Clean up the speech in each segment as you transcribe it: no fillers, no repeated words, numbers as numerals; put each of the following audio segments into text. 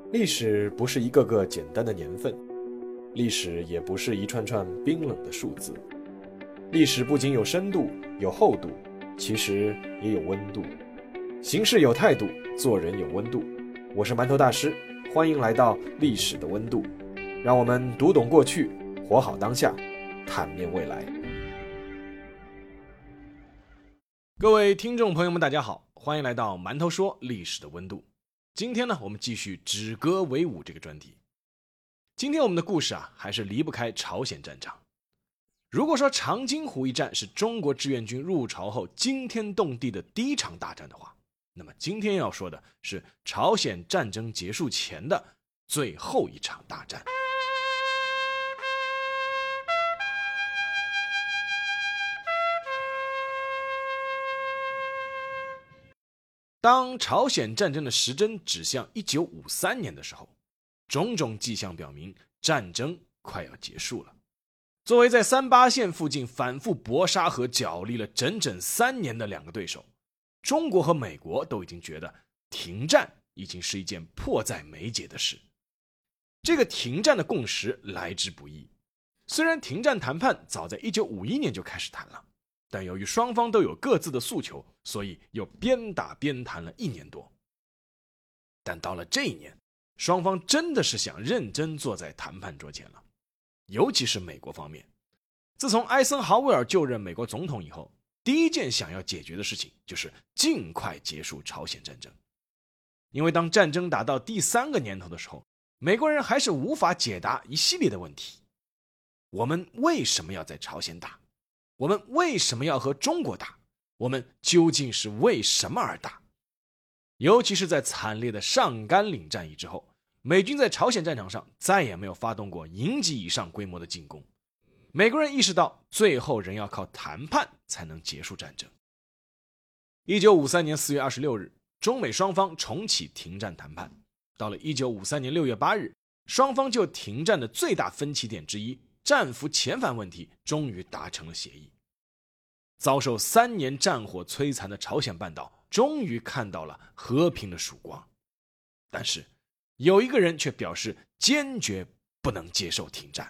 历史不是一个个简单的年份，历史也不是一串串冰冷的数字。历史不仅有深度、有厚度，其实也有温度。行事有态度，做人有温度。我是馒头大师，欢迎来到历史的温度，让我们读懂过去，活好当下，探面未来。各位听众朋友们，大家好，欢迎来到馒头说历史的温度。今天呢，我们继续止戈为武这个专题。今天我们的故事还是离不开朝鲜战场。如果说长津湖一战是中国志愿军入朝后惊天动地的第一场大战的话，那么今天要说的是朝鲜战争结束前的最后一场大战。当朝鲜战争的时针指向1953年的时候，种种迹象表明战争快要结束了。作为在38线附近反复搏杀和角力了整整3年的两个对手，中国和美国都已经觉得停战已经是一件迫在眉睫的事。这个停战的共识来之不易，虽然停战谈判早在1951年就开始谈了，但由于双方都有各自的诉求，所以又边打边谈了1年多。但到了这一年，双方真的是想认真坐在谈判桌前了。尤其是美国方面，自从艾森豪威尔就任美国总统以后，第一件想要解决的事情就是尽快结束朝鲜战争。因为当战争打到第3个年头的时候，美国人还是无法解答一系列的问题。我们为什么要在朝鲜打？我们为什么要和中国打？我们究竟是为什么而打？尤其是在惨烈的上甘岭战役之后，美军在朝鲜战场上再也没有发动过营级以上规模的进攻。美国人意识到最后仍要靠谈判才能结束战争。1953年4月26日，中美双方重启停战谈判。到了1953年6月8日，双方就停战的最大分歧点之一战俘遣返问题终于达成了协议。遭受3年战火摧残的朝鲜半岛终于看到了和平的曙光。但是有一个人却表示坚决不能接受停战，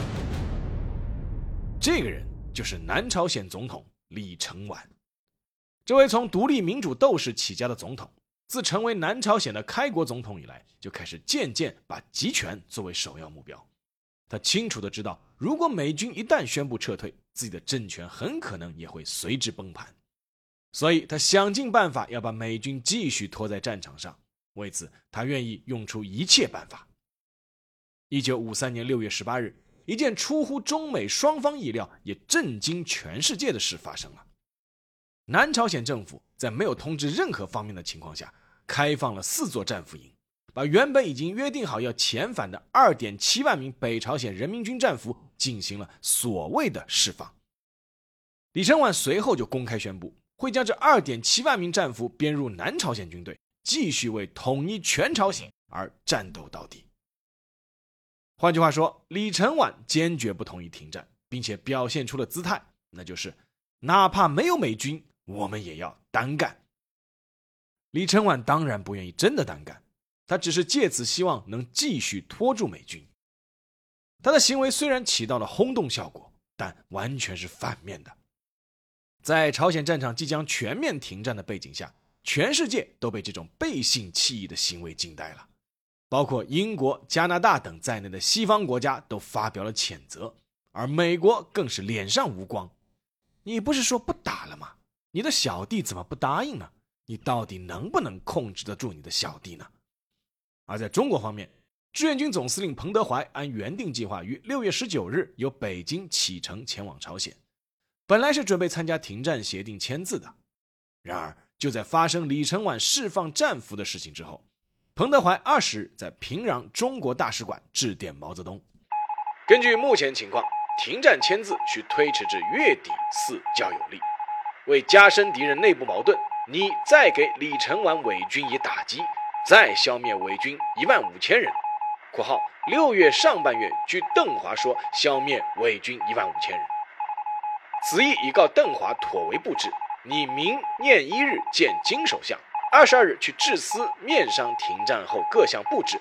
这个人就是南朝鲜总统李承晚。这位从独立民主斗士起家的总统，自成为南朝鲜的开国总统以来，就开始渐渐把集权作为首要目标。他清楚地知道，如果美军一旦宣布撤退，自己的政权很可能也会随之崩盘。所以他想尽办法要把美军继续拖在战场上，为此他愿意用出一切办法。1953年6月18日，一件出乎中美双方意料也震惊全世界的事发生了。南朝鲜政府在没有通知任何方面的情况下，开放了4座战俘营，把原本已经约定好要遣返的 2.7 万名北朝鲜人民军战俘进行了所谓的释放。李承晚随后就公开宣布，会将这 2.7 万名战俘编入南朝鲜军队，继续为统一全朝鲜而战斗到底。换句话说，李承晚坚决不同意停战，并且表现出了姿态，那就是哪怕没有美军，我们也要单干。李承晚当然不愿意真的单干，他只是借此希望能继续拖住美军。他的行为虽然起到了轰动效果，但完全是反面的。在朝鲜战场即将全面停战的背景下，全世界都被这种背信弃义的行为惊呆了，包括英国、加拿大等在内的西方国家都发表了谴责，而美国更是脸上无光。你不是说不打了吗？你的小弟怎么不答应呢？你到底能不能控制得住你的小弟呢？而在中国方面，志愿军总司令彭德怀按原定计划于6月19日由北京启程前往朝鲜，本来是准备参加停战协定签字的。然而就在发生李承晚释放战俘的事情之后，彭德怀20日在平壤中国大使馆致电毛泽东，根据目前情况，停战签字需推迟至月底4较有利。为加深敌人内部矛盾，你再给李承晚伪军以打击，再消灭伪军15000人（括号6月上半月据邓华说消灭伪军15000人）。此意已告邓华妥为布置，你明念1日见金首相，22日去致司面商停战后各项布置，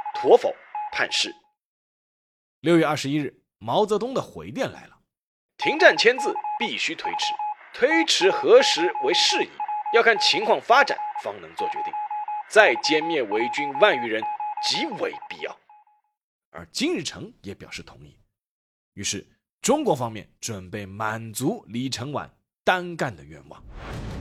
妥否判释。6月21日，毛泽东的回电来了，停战签字必须推迟，推迟何时为适宜，要看情况发展方能做决定，再歼灭伪军万余人极为必要。而金日成也表示同意。于是中国方面准备满足李承晚单干的愿望。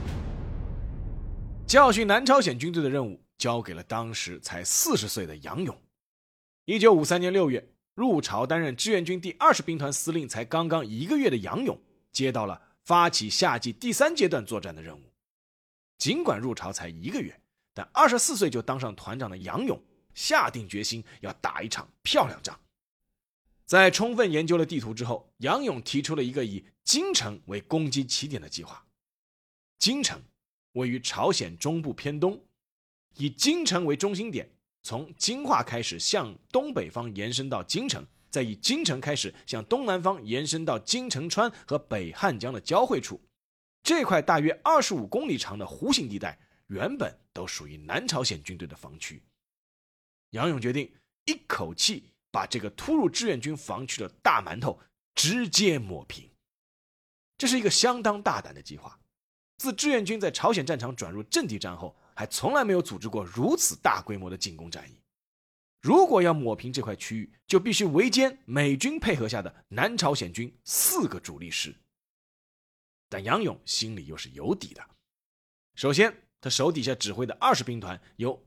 教训南朝鲜军队的任务交给了当时才40岁的杨勇。1953年6月，入朝担任志愿军第20兵团司令才刚刚1个月的杨勇接到了发起夏季第3阶段作战的任务。尽管入朝才1个月，但24岁就当上团长的杨勇下定决心要打一场漂亮仗。在充分研究了地图之后，杨勇提出了一个以京城为攻击起点的计划。京城位于朝鲜中部偏东，以京城为中心点，从京化开始向东北方延伸到京城，再以京城开始向东南方延伸到金城川和北汉江的交汇处。这块大约25公里长的弧形地带原本都属于南朝鲜军队的防区。杨勇决定一口气把这个突入志愿军防区的大馒头直接抹平。这是一个相当大胆的计划。自志愿军在朝鲜战场转入阵地战后，还从来没有组织过如此大规模的进攻战役。如果要抹平这块区域，就必须围歼美军配合下的南朝鲜军4个主力师。但杨勇心里又是有底的。首先，他手底下指挥的20兵团有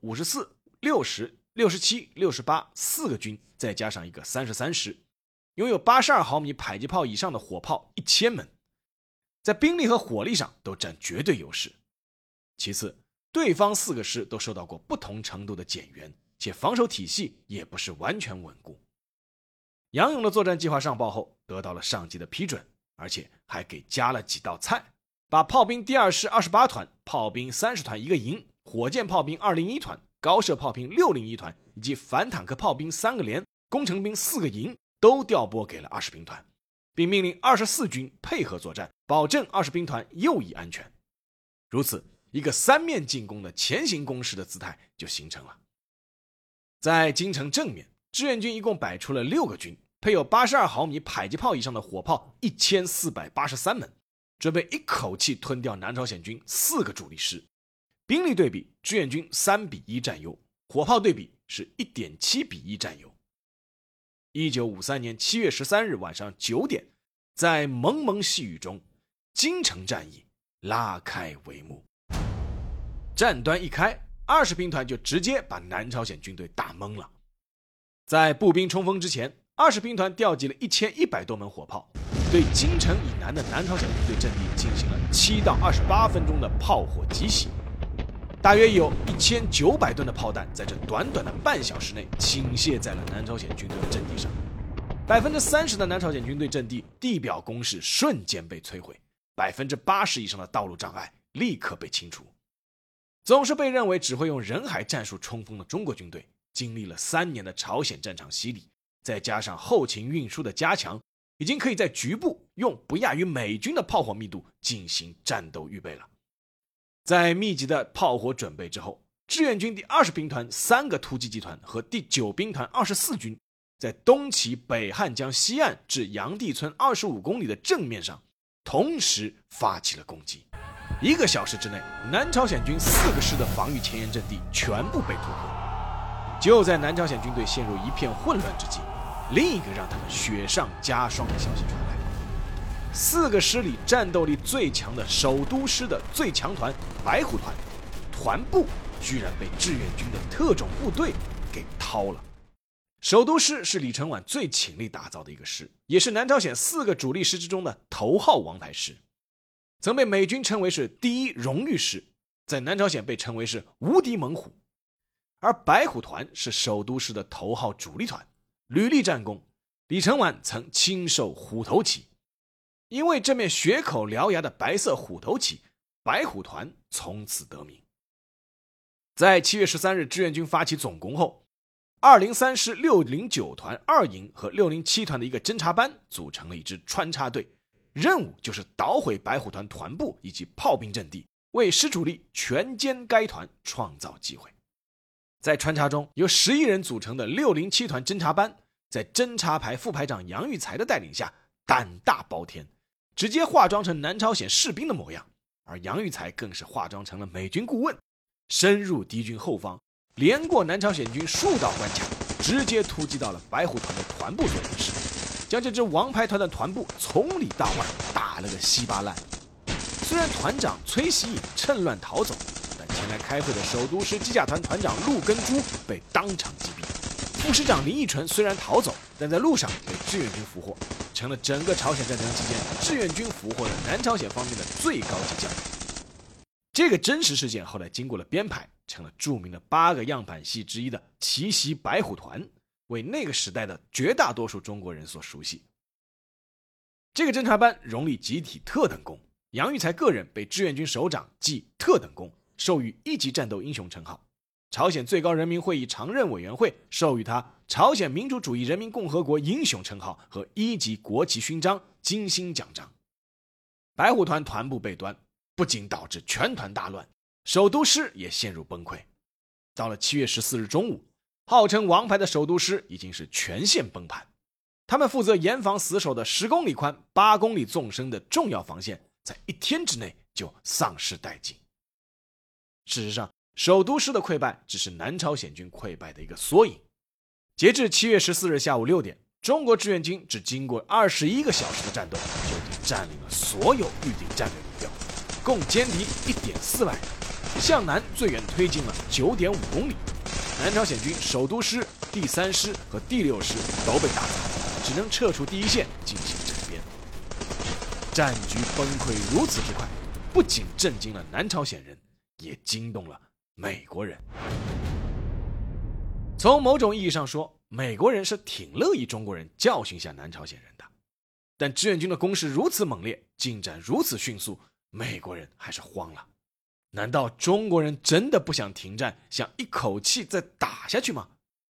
54、60、67、68 4个军，再加上一个33师，拥有82毫米迫击炮以上的火炮1000门，在兵力和火力上都占绝对优势。其次，对方4个师都受到过不同程度的减员，且防守体系也不是完全稳固。杨勇的作战计划上报后，得到了上级的批准，而且还给加了几道菜，把炮兵第2师28团、炮兵30团1个营、火箭炮兵201团、高射炮兵601团以及反坦克炮兵3个连、工程兵4个营都调拨给了20兵团，并命令24军配合作战，保证20兵团右翼安全。如此一个3面进攻的前行攻势的姿态就形成了。在京城正面，志愿军一共摆出了6个军，配有82毫米迫击炮以上的火炮1483门，准备一口气吞掉南朝鲜军4个主力师。兵力对比，志愿军3比1占优，火炮对比是 1.7比1占优。1953年7月13日晚上9点，在蒙蒙细雨中，京城战役拉开帷幕。战端一开，20兵团就直接把南朝鲜军队打懵了。在步兵冲锋之前，20兵团调集了1100多门火炮，对京城以南的南朝鲜军队阵地进行了7到28分钟的炮火急袭，大约有1900吨的炮弹在这短短的半小时内倾泻在了南朝鲜军队的阵地上。30%的南朝鲜军队阵地地表工事瞬间被摧毁，80%以上的道路障碍立刻被清除。总是被认为只会用人海战术冲锋的中国军队，经历了3年的朝鲜战场洗礼，再加上后勤运输的加强，已经可以在局部用不亚于美军的炮火密度进行战斗预备了。在密集的炮火准备之后，志愿军第20兵团3个突击集团和第9兵团24军在东起北汉江西岸至杨地村25公里的正面上同时发起了攻击。1个小时之内，南朝鲜军4个师的防御前沿阵地全部被突破。就在南朝鲜军队陷入一片混乱之际，另一个让他们雪上加霜的消息传来：4个师里战斗力最强的首都师的最强团白虎团，团部居然被志愿军的特种部队给掏了。首都师是李承晚最倾力打造的一个师，也是南朝鲜4个主力师之中的头号王牌师，曾被美军称为是第一荣誉师，在南朝鲜被称为是无敌猛虎。而白虎团是首都师的头号主力团，屡立战功，李承晚曾亲授虎头旗。因为这面血口獠牙的白色虎头旗，白虎团从此得名。在7月13日志愿军发起总攻后，203师609团2营和607团的一个侦察班组成了一支穿插队，任务就是捣毁白虎团团部以及炮兵阵地，为师主力全歼该团创造机会。 在穿插中，由11人组成的607团侦察班，在侦察排副排长杨玉才的带领下，胆大包天，直接化妆成南朝鲜士兵的模样，而杨玉才更是化妆成了美军顾问，深入敌军后方，连过南朝鲜军数道关卡，直接突击到了白虎团的团部作战室，将这支王牌团的团部从里到外打了个稀巴烂。虽然团长崔喜颖趁乱逃走，但前来开会的首都师机甲团团长陆根珠被当场击毙。副师长林义纯虽然逃走，但在路上被志愿军俘获，成了整个朝鲜战争期间志愿军俘获的南朝鲜方面的最高级将领。这个真实事件后来经过了编排，成了著名的8个样板戏之一的奇袭白虎团，为那个时代的绝大多数中国人所熟悉。这个侦察班荣立集体特等功，杨玉才个人被志愿军首长记特等功，授予1级战斗英雄称号。朝鲜最高人民会议常任委员会授予他朝鲜民主主义人民共和国英雄称号和1级国旗勋章、金星奖章。白虎团团部被端，不仅导致全团大乱，首都师也陷入崩溃。到了7月14日中午，号称王牌的首都师已经是全线崩盘，他们负责严防死守的10公里宽、8公里纵深的重要防线，在1天之内就丧失殆尽。事实上，首都师的溃败只是南朝鲜军溃败的一个缩影。截至7月14日下午6点，中国志愿军只经过21个小时的战斗，就已经占领了所有预定战略目标，共歼敌1.4万人，向南最远推进了9.5公里。南朝鲜军首都师、第3师和第6师都被打残，只能撤出第一线进行整编。战局崩溃如此之快，不仅震惊了南朝鲜人，也惊动了美国人。从某种意义上说，美国人是挺乐意中国人教训下南朝鲜人的，但志愿军的攻势如此猛烈，进展如此迅速，美国人还是慌了。难道中国人真的不想停战，想一口气再打下去吗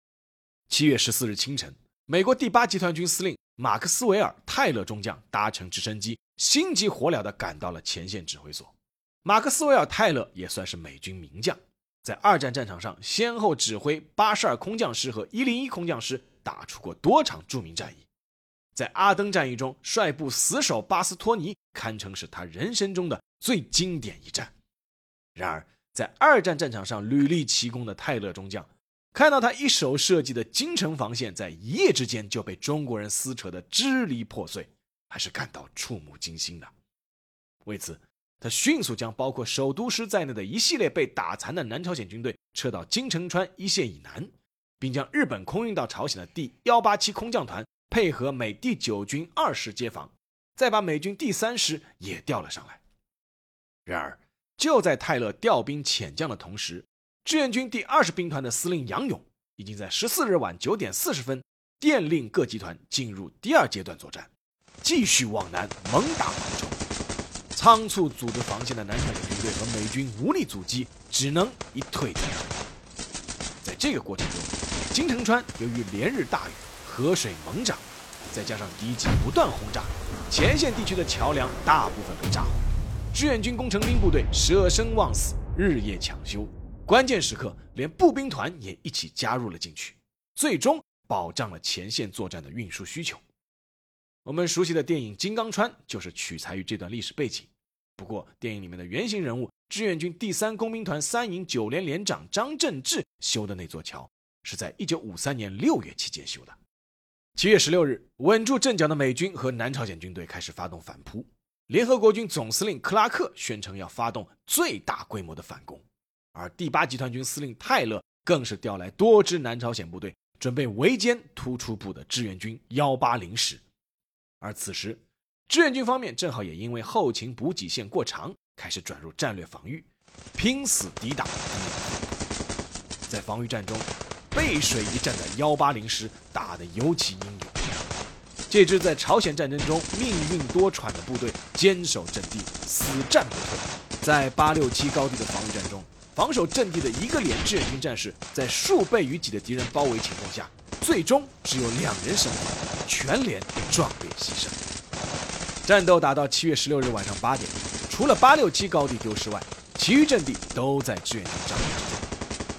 ？7月14日清晨，美国第8集团军司令马克斯韦尔·泰勒中将搭乘直升机，心急火燎地赶到了前线指挥所。马克斯韦尔·泰勒也算是美军名将，在2战战场上先后指挥82空降师和101空降师打出过多场著名战役。在阿登战役中率部死守巴斯托尼，堪称是他人生中的最经典一战。然而在2战战场上屡立奇功的泰勒中将，看到他一手设计的京城防线在一夜之间就被中国人撕扯得支离破碎，还是感到触目惊心的。为此，他迅速将包括首都师在内的一系列被打残的南朝鲜军队撤到金城川一线以南，并将日本空运到朝鲜的第187空降团配合美第9军2师接防，再把美军第3师也调了上来。然而就在泰勒调兵遣将的同时，志愿军第20兵团的司令杨勇已经在14日晚9点40分电令各集团进入第2阶段作战，继续往南猛打猛冲。仓促组织防线的南朝鲜军队和美军无力阻击，只能一退再退。在这个过程中，金城川由于连日大雨，河水猛涨，再加上敌机不断轰炸，前线地区的桥梁大部分被炸毁，志愿军工程兵部队舍生忘死，日夜抢修，关键时刻连步兵团也一起加入了进去，最终保障了前线作战的运输需求。我们熟悉的电影《金刚川》就是取材于这段历史背景，不过电影里面的原型人物志愿军第3工兵团3营9连连长张振志修的那座桥，是在1953年6月期间修的。7月16日，稳住阵脚的美军和南朝鲜军队开始发动反扑，联合国军总司令克拉克宣称要发动最大规模的反攻，而第8集团军司令泰勒更是调来多支南朝鲜部队，准备围歼突出部的志愿军180师。而此时志愿军方面正好也因为后勤补给线过长，开始转入战略防御，拼死抵挡。在防御战中，背水一战的180师打得尤其英勇。这支在朝鲜战争中命运多舛的部队坚守阵地，死战不退。在867高地的防御战中，防守阵地的一个连志愿军战士在数倍于己的敌人包围情况下，最终只有2人生还，全连壮烈牺牲。战斗打到7月16日晚上8点，除了867高地丢失外，其余阵地都在志愿军掌握之中。而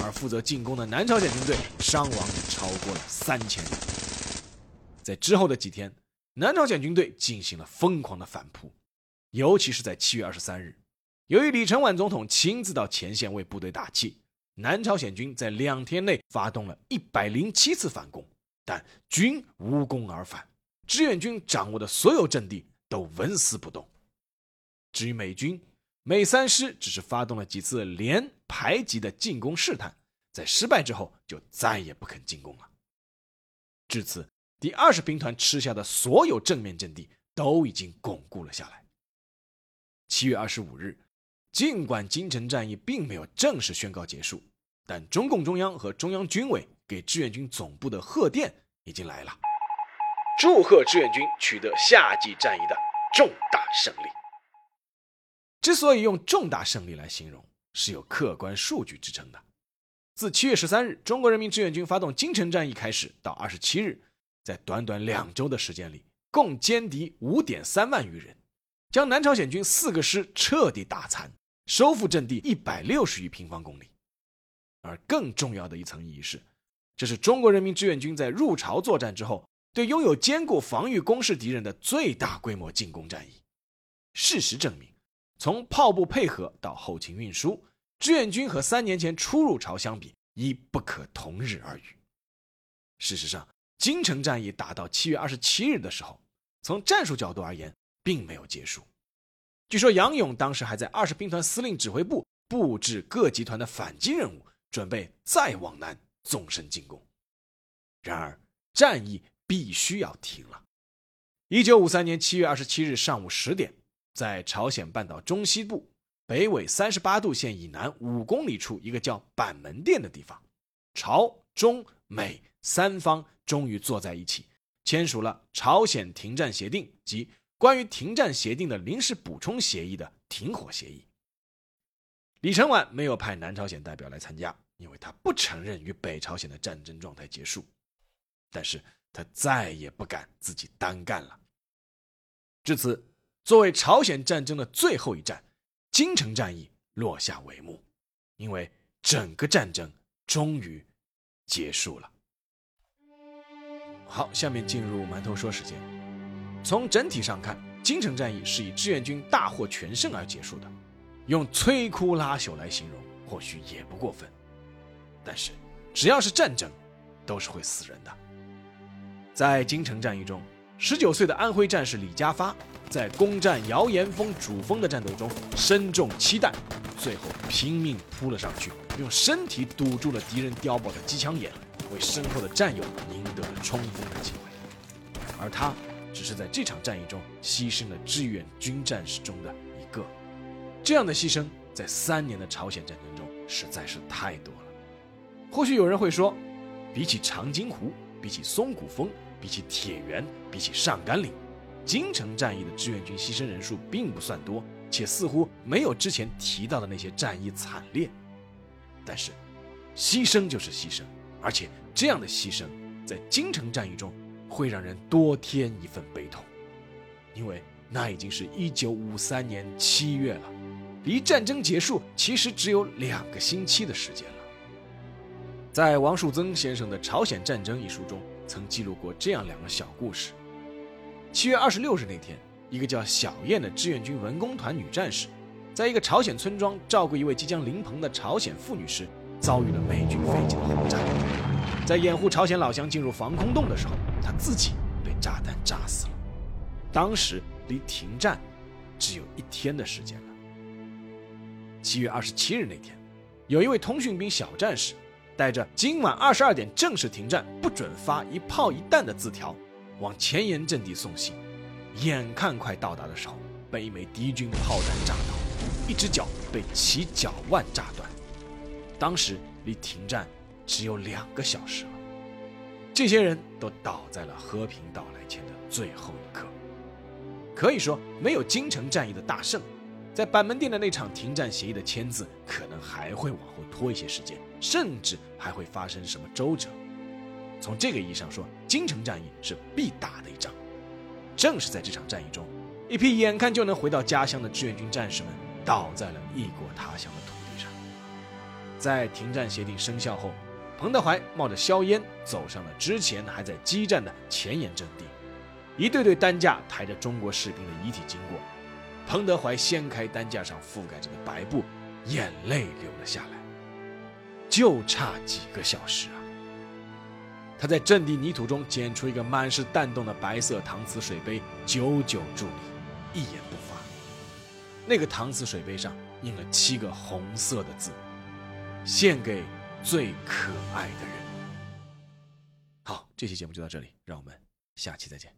而负责进攻的南朝鲜军队伤亡已超过了3000人。在之后的几天，南朝鲜军队进行了疯狂的反扑，尤其是在7月23日，由于李承晚总统亲自到前线为部队打气，南朝鲜军在2天内发动了107次反攻，但均无功而返，志愿军掌握的所有阵地都纹丝不动。至于美军，美3师只是发动了几次连排级的进攻试探，在失败之后就再也不肯进攻了。至此，第20兵团吃下的所有正面阵地都已经巩固了下来。7月25日，尽管京城战役并没有正式宣告结束，但中共中央和中央军委给志愿军总部的贺电已经来了，祝贺志愿军取得夏季战役的重大胜利。之所以用重大胜利来形容，是有客观数据支撑的。自7月13日中国人民志愿军发动京城战役开始到27日，在短短2周的时间里，共歼敌 5.3 万余人，将南朝鲜军4个师彻底打残，收复阵地160余平方公里。而更重要的一层意义是，这是中国人民志愿军在入朝作战之后，对拥有坚固防御工事敌人的最大规模进攻战役。事实证明，从炮部配合到后勤运输，志愿军和3年前初入朝相比，已不可同日而语。事实上，京城战役打到7月27日的时候，从战术角度而言，并没有结束。据说杨勇当时还在20兵团司令指挥部布置各集团的反击任务，准备再往南纵深进攻。然而，战役必须要停了。1953年7月27日上午10点，在朝鲜半岛中西部北纬38度线以南5公里处一个叫板门店的地方，朝、中、美3方终于坐在一起，签署了朝鲜停战协定及关于停战协定的临时补充协议的停火协议。李承晚没有派南朝鲜代表来参加，因为他不承认与北朝鲜的战争状态结束，但是他再也不敢自己单干了。至此，作为朝鲜战争的最后一战，京城战役落下帷幕，因为整个战争终于结束了。好，下面进入馒头说时间。从整体上看，京城战役是以志愿军大获全胜而结束的，用摧枯拉朽来形容或许也不过分。但是只要是战争，都是会死人的。在京城战役中，19岁的安徽战士李家发在攻占谣言峰主峰的战斗中身中7弹，最后拼命扑了上去，用身体堵住了敌人碉堡的机枪眼，为身后的战友赢得了冲锋的机会。而他只是在这场战役中牺牲了志愿军战士中的一个。这样的牺牲在3年的朝鲜战争中实在是太多了。或许有人会说，比起长津湖，比起松骨峰，比起铁原，比起上甘岭，京城战役的志愿军牺牲人数并不算多，且似乎没有之前提到的那些战役惨烈。但是牺牲就是牺牲，而且这样的牺牲在京城战役中会让人多添一份悲痛，因为那已经是1953年7月了，离战争结束其实只有2个星期的时间了。在王树增先生的《朝鲜战争》一书中，曾记录过这样2个小故事。7月26日那天，一个叫小燕的志愿军文工团女战士，在一个朝鲜村庄照顾一位即将临盆的朝鲜妇女时，遭遇了美军飞机的轰炸。在掩护朝鲜老乡进入防空洞的时候，她自己被炸弹炸死了。当时离停战只有1天的时间了。7月27日那天，有一位通讯兵小战士带着今晚22点正式停战，不准发1炮1弹的字条往前沿阵地送信，眼看快到达的时候，被一枚敌军炮弹炸倒，一只脚被其脚腕炸断。当时离停战只有2个小时了。这些人都倒在了和平到来前的最后一刻。可以说，没有京城战役的大胜，在板门店的那场停战协议的签字可能还会往后拖一些时间，甚至还会发生什么周折。从这个意义上说，京城战役是必打的一仗。正是在这场战役中，一批眼看就能回到家乡的志愿军战士们倒在了异国他乡的土地上。 在停战协定生效后，彭德怀冒着硝烟走上了之前还在激战的前沿阵地，一队队担架抬着中国士兵的遗体经过，彭德怀掀开担架上覆盖着的白布，眼泪流了下来。就差几个小时啊！他在阵地泥土中捡出一个满是弹洞的白色搪瓷水杯，久久伫立，一言不发。那个搪瓷水杯上印了7个红色的字：献给最可爱的人。好，这期节目就到这里，让我们下期再见。